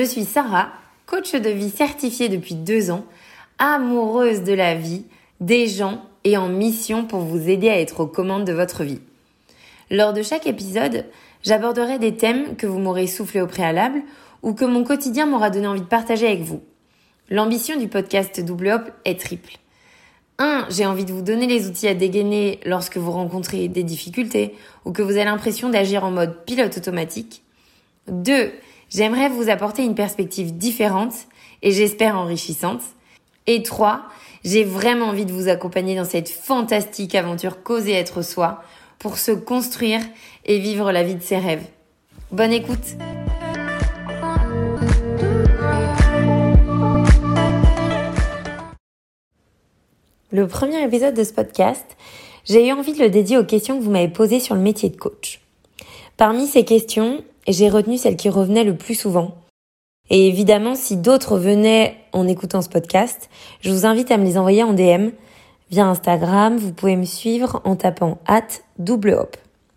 suis Sarah, coach de vie certifiée depuis 2 ans, amoureuse de la vie, des gens et en mission pour vous aider à être aux commandes de votre vie. Lors de chaque épisode, j'aborderai des thèmes que vous m'aurez soufflés au préalable ou que mon quotidien m'aura donné envie de partager avec vous. L'ambition du podcast Double Hop est triple. 1. J'ai envie de vous donner les outils à dégainer lorsque vous rencontrez des difficultés ou que vous avez l'impression d'agir en mode pilote automatique. 2. J'aimerais vous apporter une perspective différente et j'espère enrichissante. Et 3. J'ai vraiment envie de vous accompagner dans cette fantastique aventure qu'oser être soi pour se construire et vivre la vie de ses rêves. Bonne écoute! Le premier épisode de ce podcast, j'ai eu envie de le dédier aux questions que vous m'avez posées sur le métier de coach. Parmi ces questions, j'ai retenu celles qui revenaient le plus souvent. Et évidemment, si d'autres venaient en écoutant ce podcast, je vous invite à me les envoyer en DM via Instagram. Vous pouvez me suivre en tapant @doublehop.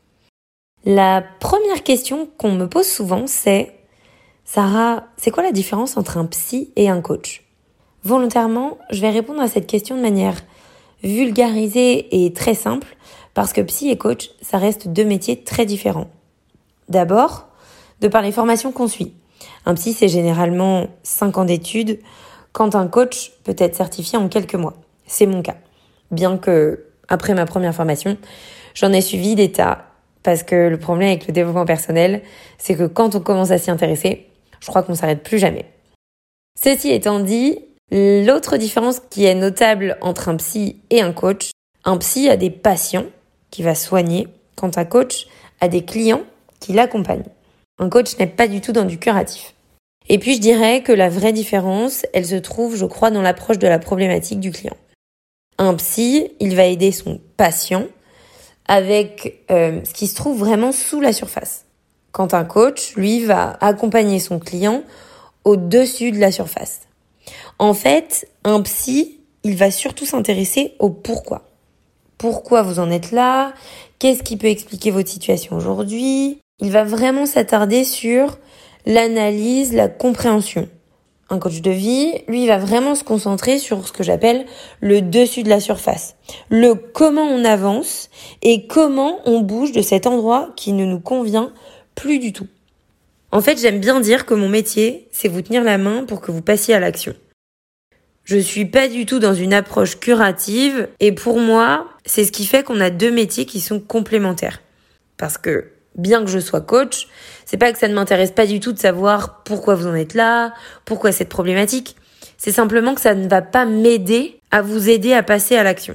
La première question qu'on me pose souvent, c'est « Sarah, c'est quoi la différence entre un psy et un coach ?» Volontairement, je vais répondre à cette question de manière vulgarisée et très simple parce que psy et coach, ça reste 2 métiers très différents. D'abord, de par les formations qu'on suit. Un psy, c'est généralement 5 ans d'études, quand un coach peut être certifié en quelques mois. C'est mon cas. Bien que, après ma première formation, j'en ai suivi des tas parce que le problème avec le développement personnel, c'est que quand on commence à s'y intéresser, je crois qu'on s'arrête plus jamais. Ceci étant dit, l'autre différence qui est notable entre un psy et un coach, un psy a des patients qu'il va soigner, quand un coach a des clients qui l'accompagnent. Un coach n'est pas du tout dans du curatif. Et puis je dirais que la vraie différence, elle se trouve, je crois, dans l'approche de la problématique du client. Un psy, il va aider son patient avec ce qui se trouve vraiment sous la surface. Quand un coach, lui, va accompagner son client au-dessus de la surface. En fait, un psy, il va surtout s'intéresser au pourquoi. Pourquoi vous en êtes là ? Qu'est-ce qui peut expliquer votre situation aujourd'hui ? Il va vraiment s'attarder sur l'analyse, la compréhension. Un coach de vie, lui, va vraiment se concentrer sur ce que j'appelle le dessus de la surface. Le comment on avance et comment on bouge de cet endroit qui ne nous convient plus du tout. En fait, j'aime bien dire que mon métier, c'est vous tenir la main pour que vous passiez à l'action. Je suis pas du tout dans une approche curative et pour moi, c'est ce qui fait qu'on a 2 métiers qui sont complémentaires. Parce que bien que je sois coach, c'est pas que ça ne m'intéresse pas du tout de savoir pourquoi vous en êtes là, pourquoi cette problématique. C'est simplement que ça ne va pas m'aider à vous aider à passer à l'action.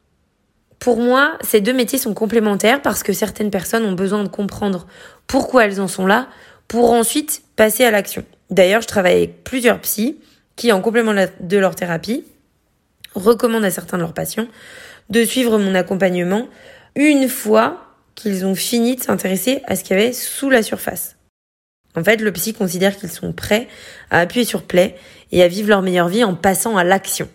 Pour moi, ces 2 métiers sont complémentaires parce que certaines personnes ont besoin de comprendre pourquoi elles en sont là pour ensuite passer à l'action. D'ailleurs, je travaille avec plusieurs psys qui, en complément de leur thérapie, recommandent à certains de leurs patients de suivre mon accompagnement une fois qu'ils ont fini de s'intéresser à ce qu'il y avait sous la surface. En fait, le psy considère qu'ils sont prêts à appuyer sur play et à vivre leur meilleure vie en passant à l'action.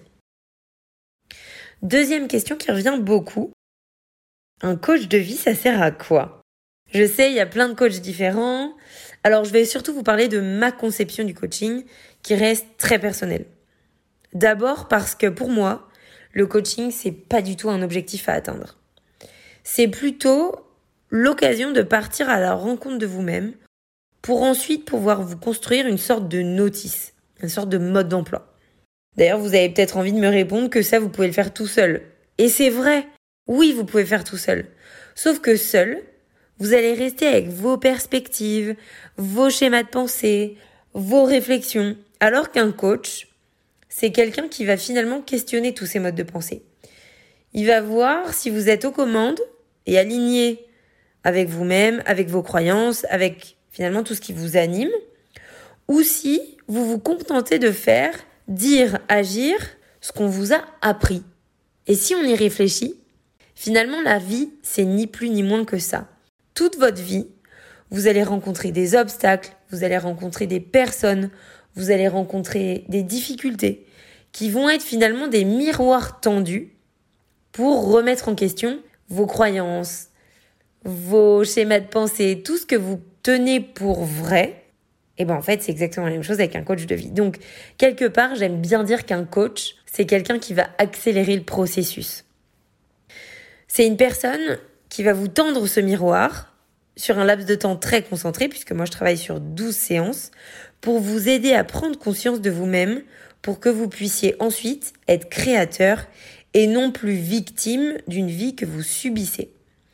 Deuxième question qui revient beaucoup. Un coach de vie, ça sert à quoi ? Je sais, il y a plein de coachs différents. Alors, je vais surtout vous parler de ma conception du coaching qui reste très personnelle. D'abord parce que pour moi, le coaching, c'est pas du tout un objectif à atteindre. C'est plutôt l'occasion de partir à la rencontre de vous-même pour ensuite pouvoir vous construire une sorte de notice, une sorte de mode d'emploi. D'ailleurs, vous avez peut-être envie de me répondre que ça, vous pouvez le faire tout seul. Et c'est vrai, oui, vous pouvez faire tout seul. Sauf que seul, vous allez rester avec vos perspectives, vos schémas de pensée, vos réflexions. Alors qu'un coach, c'est quelqu'un qui va finalement questionner tous ces modes de pensée. Il va voir si vous êtes aux commandes et aligné avec vous-même, avec vos croyances, avec finalement tout ce qui vous anime, ou si vous vous contentez de faire, dire, agir ce qu'on vous a appris. Et si on y réfléchit, finalement la vie, c'est ni plus ni moins que ça. Toute votre vie, vous allez rencontrer des obstacles, vous allez rencontrer des personnes, vous allez rencontrer des difficultés qui vont être finalement des miroirs tendus pour remettre en question vos croyances, vos schémas de pensée, tout ce que vous tenez pour vrai, Et ben en fait, c'est exactement la même chose avec un coach de vie. Donc, quelque part, j'aime bien dire qu'un coach, c'est quelqu'un qui va accélérer le processus. C'est une personne qui va vous tendre ce miroir sur un laps de temps très concentré, puisque moi je travaille sur 12 séances, pour vous aider à prendre conscience de vous-même, pour que vous puissiez ensuite être créateur et non plus victime d'une vie que vous subissez.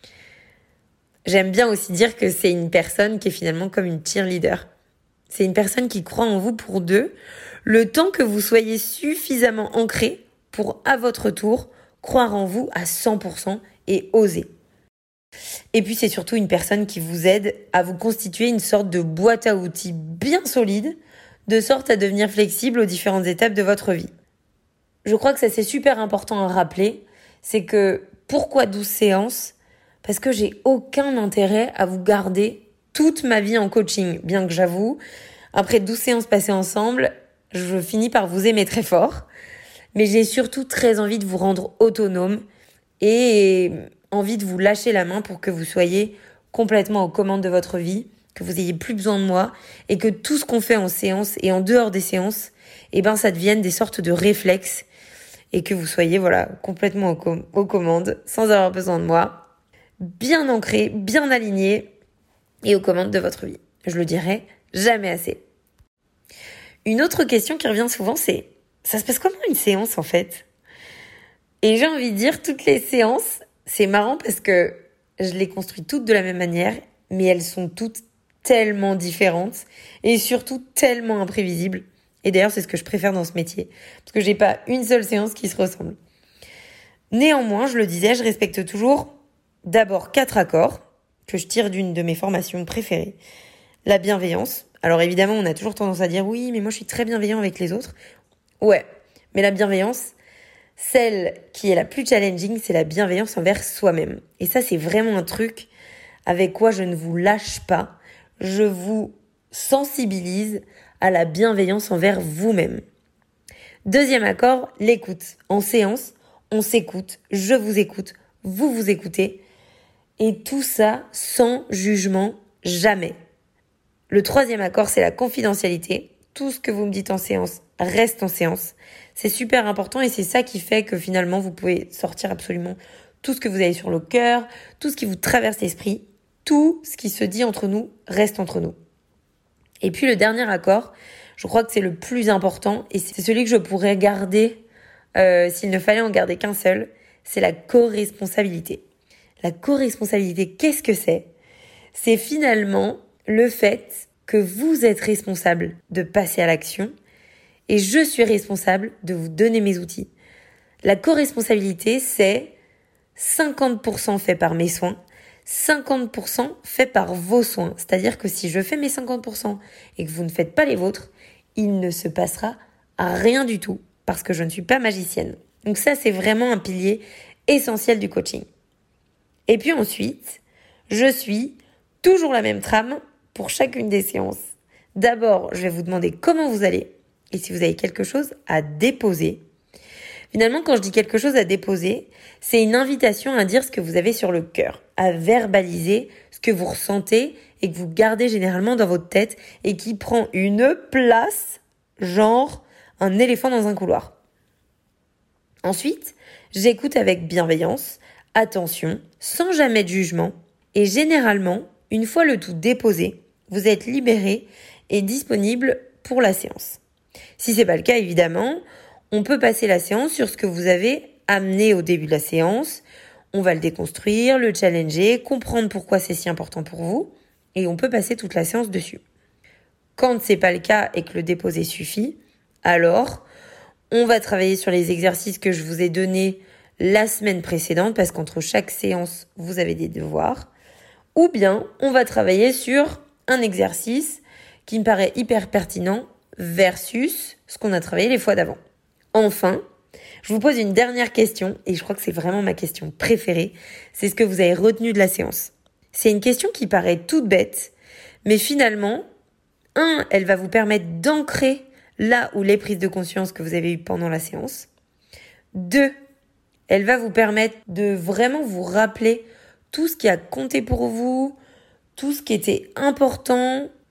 J'aime bien aussi dire que c'est une personne qui est finalement comme une cheerleader. C'est une personne qui croit en vous pour deux, le temps que vous soyez suffisamment ancré pour, à votre tour, croire en vous à 100% et oser. Et puis c'est surtout une personne qui vous aide à vous constituer une sorte de boîte à outils bien solide, de sorte à devenir flexible aux différentes étapes de votre vie. Je crois que ça c'est super important à rappeler, c'est que pourquoi 12 séances ? Parce que j'ai aucun intérêt à vous garder toute ma vie en coaching, bien que j'avoue, après 12 séances passées ensemble, je finis par vous aimer très fort, mais j'ai surtout très envie de vous rendre autonome et envie de vous lâcher la main pour que vous soyez complètement aux commandes de votre vie, que vous ayez plus besoin de moi et que tout ce qu'on fait en séance et en dehors des séances, ça devienne des sortes de réflexes et que vous soyez complètement aux commandes sans avoir besoin de moi, bien ancré, bien aligné et aux commandes de votre vie. Je le dirai jamais assez. Une autre question qui revient souvent, c'est ça se passe comment une séance en fait ? Et j'ai envie de dire, toutes les séances, c'est marrant parce que je les construis toutes de la même manière, mais elles sont toutes tellement différentes et surtout tellement imprévisibles. Et d'ailleurs, c'est ce que je préfère dans ce métier, parce que j'ai pas une seule séance qui se ressemble. Néanmoins, je le disais, je respecte toujours d'abord 4 accords que je tire d'une de mes formations préférées. La bienveillance. Alors évidemment, on a toujours tendance à dire oui, mais moi je suis très bienveillant avec les autres. Ouais, mais la bienveillance, celle qui est la plus challenging, c'est la bienveillance envers soi-même. Et ça, c'est vraiment un truc avec quoi je ne vous lâche pas. Je vous sensibilise à la bienveillance envers vous-même. Deuxième accord, l'écoute. En séance, on s'écoute, je vous écoute, vous vous écoutez. Et tout ça sans jugement, jamais. Le troisième accord, c'est la confidentialité. Tout ce que vous me dites en séance reste en séance. C'est super important et c'est ça qui fait que finalement, vous pouvez sortir absolument tout ce que vous avez sur le cœur, tout ce qui vous traverse l'esprit, tout ce qui se dit entre nous reste entre nous. Et puis le dernier accord, je crois que c'est le plus important et c'est celui que je pourrais garder s'il ne fallait en garder qu'un seul, c'est la co-responsabilité. La co-responsabilité, qu'est-ce que c'est ? C'est finalement le fait que vous êtes responsable de passer à l'action et je suis responsable de vous donner mes outils. La co-responsabilité, c'est 50% fait par mes soins, 50% fait par vos soins. C'est-à-dire que si je fais mes 50% et que vous ne faites pas les vôtres, il ne se passera rien du tout parce que je ne suis pas magicienne. Donc ça, c'est vraiment un pilier essentiel du coaching. Et puis ensuite, je suis toujours la même trame pour chacune des séances. D'abord, je vais vous demander comment vous allez et si vous avez quelque chose à déposer. Finalement, quand je dis quelque chose à déposer, c'est une invitation à dire ce que vous avez sur le cœur, à verbaliser ce que vous ressentez et que vous gardez généralement dans votre tête et qui prend une place, genre un éléphant dans un couloir. Ensuite, j'écoute avec bienveillance, attention, sans jamais de jugement et généralement, une fois le tout déposé, vous êtes libéré et disponible pour la séance. Si c'est pas le cas, évidemment, on peut passer la séance sur ce que vous avez amené au début de la séance. On va le déconstruire, le challenger, comprendre pourquoi c'est si important pour vous et on peut passer toute la séance dessus. Quand c'est pas le cas et que le déposé suffit, alors on va travailler sur les exercices que je vous ai donnés la semaine précédente parce qu'entre chaque séance, vous avez des devoirs. Ou bien, on va travailler sur un exercice qui me paraît hyper pertinent versus ce qu'on a travaillé les fois d'avant. Enfin, je vous pose une dernière question et je crois que c'est vraiment ma question préférée. C'est ce que vous avez retenu de la séance. C'est une question qui paraît toute bête, mais finalement, elle va vous permettre d'ancrer là où les prises de conscience que vous avez eues pendant la séance. 2, elle va vous permettre de vraiment vous rappeler tout ce qui a compté pour vous, tout ce qui était important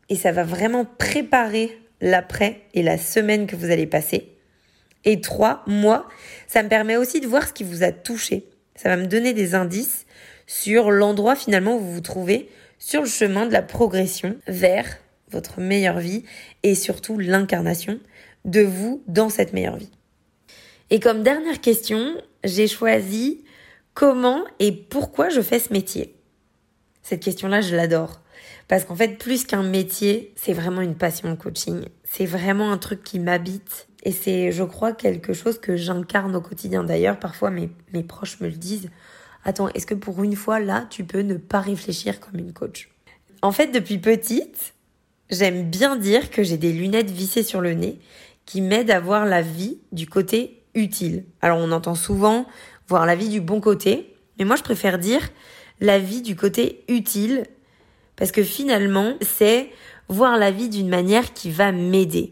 et ça va vraiment préparer l'après et la semaine que vous allez passer. Et 3, moi, ça me permet aussi de voir ce qui vous a touché. Ça va me donner des indices sur l'endroit finalement où vous vous trouvez sur le chemin de la progression vers votre meilleure vie et surtout l'incarnation de vous dans cette meilleure vie. Et comme dernière question, j'ai choisi comment et pourquoi je fais ce métier. Cette question-là, je l'adore. Parce qu'en fait, plus qu'un métier, c'est vraiment une passion, le coaching. C'est vraiment un truc qui m'habite. Et c'est, je crois, quelque chose que j'incarne au quotidien. D'ailleurs, parfois, mes proches me le disent. Attends, est-ce que pour une fois, là, tu peux ne pas réfléchir comme une coach ? En fait, depuis petite, j'aime bien dire que j'ai des lunettes vissées sur le nez qui m'aident à voir la vie du côté utile. Alors, on entend souvent voir la vie du bon côté. Mais moi, je préfère dire la vie du côté utile. Parce que finalement, c'est voir la vie d'une manière qui va m'aider.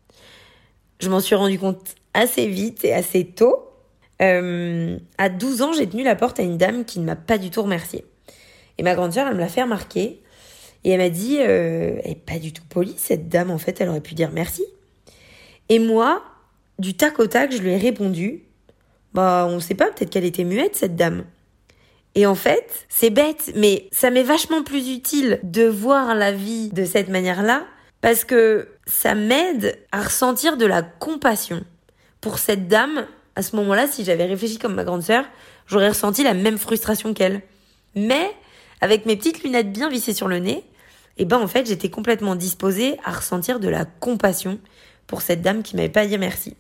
Je m'en suis rendu compte assez vite et assez tôt. À 12 ans, j'ai tenu la porte à une dame qui ne m'a pas du tout remerciée. Et ma grande sœur, elle me l'a fait remarquer. Et elle m'a dit, elle est pas du tout polie, cette dame, en fait, elle aurait pu dire merci. Et moi, du tac au tac, je lui ai répondu, on sait pas, peut-être qu'elle était muette, cette dame. Et en fait, c'est bête, mais ça m'est vachement plus utile de voir la vie de cette manière-là parce que ça m'aide à ressentir de la compassion. Pour cette dame, à ce moment-là, si j'avais réfléchi comme ma grande sœur, j'aurais ressenti la même frustration qu'elle. Mais avec mes petites lunettes bien vissées sur le nez, en fait, j'étais complètement disposée à ressentir de la compassion pour cette dame qui m'avait pas dit merci.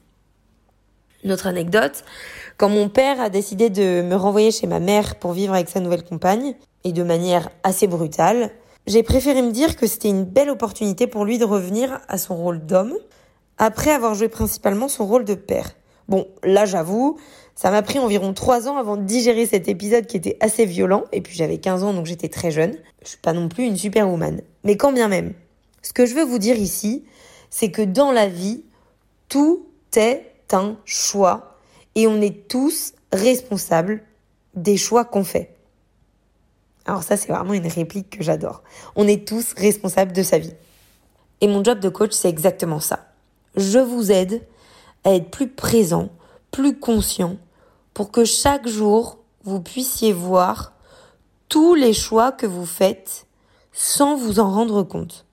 Une autre anecdote, quand mon père a décidé de me renvoyer chez ma mère pour vivre avec sa nouvelle compagne, et de manière assez brutale, j'ai préféré me dire que c'était une belle opportunité pour lui de revenir à son rôle d'homme, après avoir joué principalement son rôle de père. Bon, là j'avoue, ça m'a pris environ 3 ans avant de digérer cet épisode qui était assez violent, et puis j'avais 15 ans donc j'étais très jeune. Je suis pas non plus une superwoman. Mais quand bien même, ce que je veux vous dire ici, c'est que dans la vie, tout est un choix et on est tous responsables des choix qu'on fait. Alors ça, c'est vraiment une réplique que j'adore. On est tous responsables de sa vie. Et mon job de coach, c'est exactement ça. Je vous aide à être plus présent, plus conscient, pour que chaque jour, vous puissiez voir tous les choix que vous faites sans vous en rendre compte.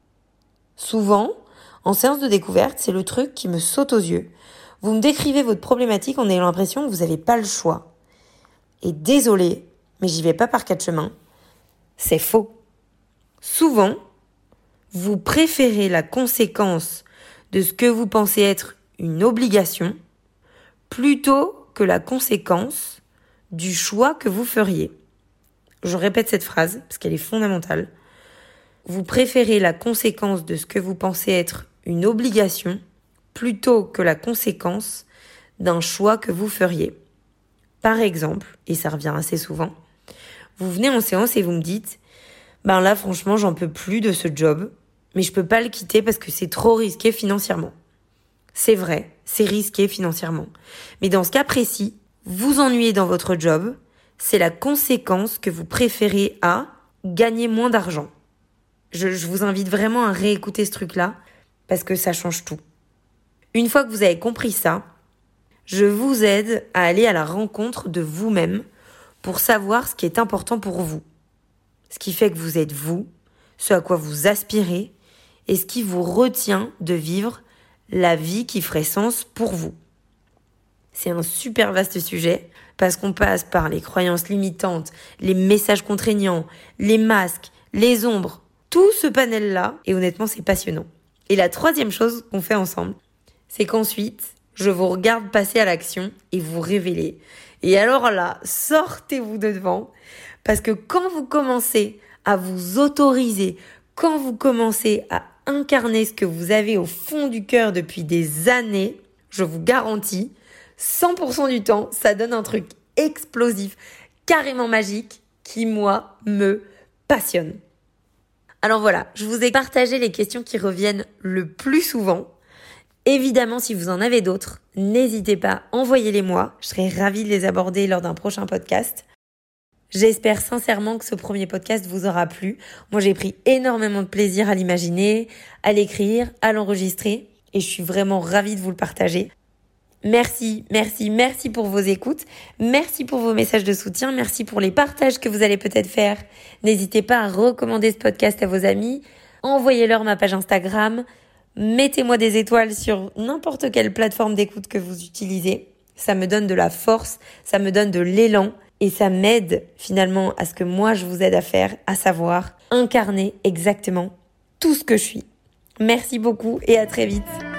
Souvent, en séance de découverte, c'est le truc qui me saute aux yeux. Vous me décrivez votre problématique en ayant l'impression que vous n'avez pas le choix. Et désolé, mais j'y vais pas par 4 chemins. C'est faux. Souvent, vous préférez la conséquence de ce que vous pensez être une obligation plutôt que la conséquence du choix que vous feriez. Je répète cette phrase parce qu'elle est fondamentale. Vous préférez la conséquence de ce que vous pensez être une obligation plutôt que la conséquence d'un choix que vous feriez. Par exemple, et ça revient assez souvent, vous venez en séance et vous me dites « là franchement j'en peux plus de ce job, mais je peux pas le quitter parce que c'est trop risqué financièrement. » C'est vrai, c'est risqué financièrement. Mais dans ce cas précis, vous ennuyez dans votre job, c'est la conséquence que vous préférez à gagner moins d'argent. Je vous invite vraiment à réécouter ce truc-là parce que ça change tout. Une fois que vous avez compris ça, je vous aide à aller à la rencontre de vous-même pour savoir ce qui est important pour vous. Ce qui fait que vous êtes vous, ce à quoi vous aspirez et ce qui vous retient de vivre la vie qui ferait sens pour vous. C'est un super vaste sujet parce qu'on passe par les croyances limitantes, les messages contraignants, les masques, les ombres, tout ce panel-là et honnêtement c'est passionnant. Et la 3e chose qu'on fait ensemble, c'est qu'ensuite, je vous regarde passer à l'action et vous révéler. Et alors là, sortez-vous de devant, parce que quand vous commencez à vous autoriser, quand vous commencez à incarner ce que vous avez au fond du cœur depuis des années, je vous garantis, 100% du temps, ça donne un truc explosif, carrément magique, qui, moi, me passionne. Alors voilà, je vous ai partagé les questions qui reviennent le plus souvent. Évidemment, si vous en avez d'autres, n'hésitez pas, envoyez-les-moi. Je serai ravie de les aborder lors d'un prochain podcast. J'espère sincèrement que ce premier podcast vous aura plu. Moi, j'ai pris énormément de plaisir à l'imaginer, à l'écrire, à l'enregistrer et je suis vraiment ravie de vous le partager. Merci pour vos écoutes. Merci pour vos messages de soutien. Merci pour les partages que vous allez peut-être faire. N'hésitez pas à recommander ce podcast à vos amis. Envoyez-leur ma page Instagram. Mettez-moi des étoiles sur n'importe quelle plateforme d'écoute que vous utilisez. Ça me donne de la force, ça me donne de l'élan et ça m'aide finalement à ce que moi je vous aide à faire, à savoir incarner exactement tout ce que je suis. Merci beaucoup et à très vite.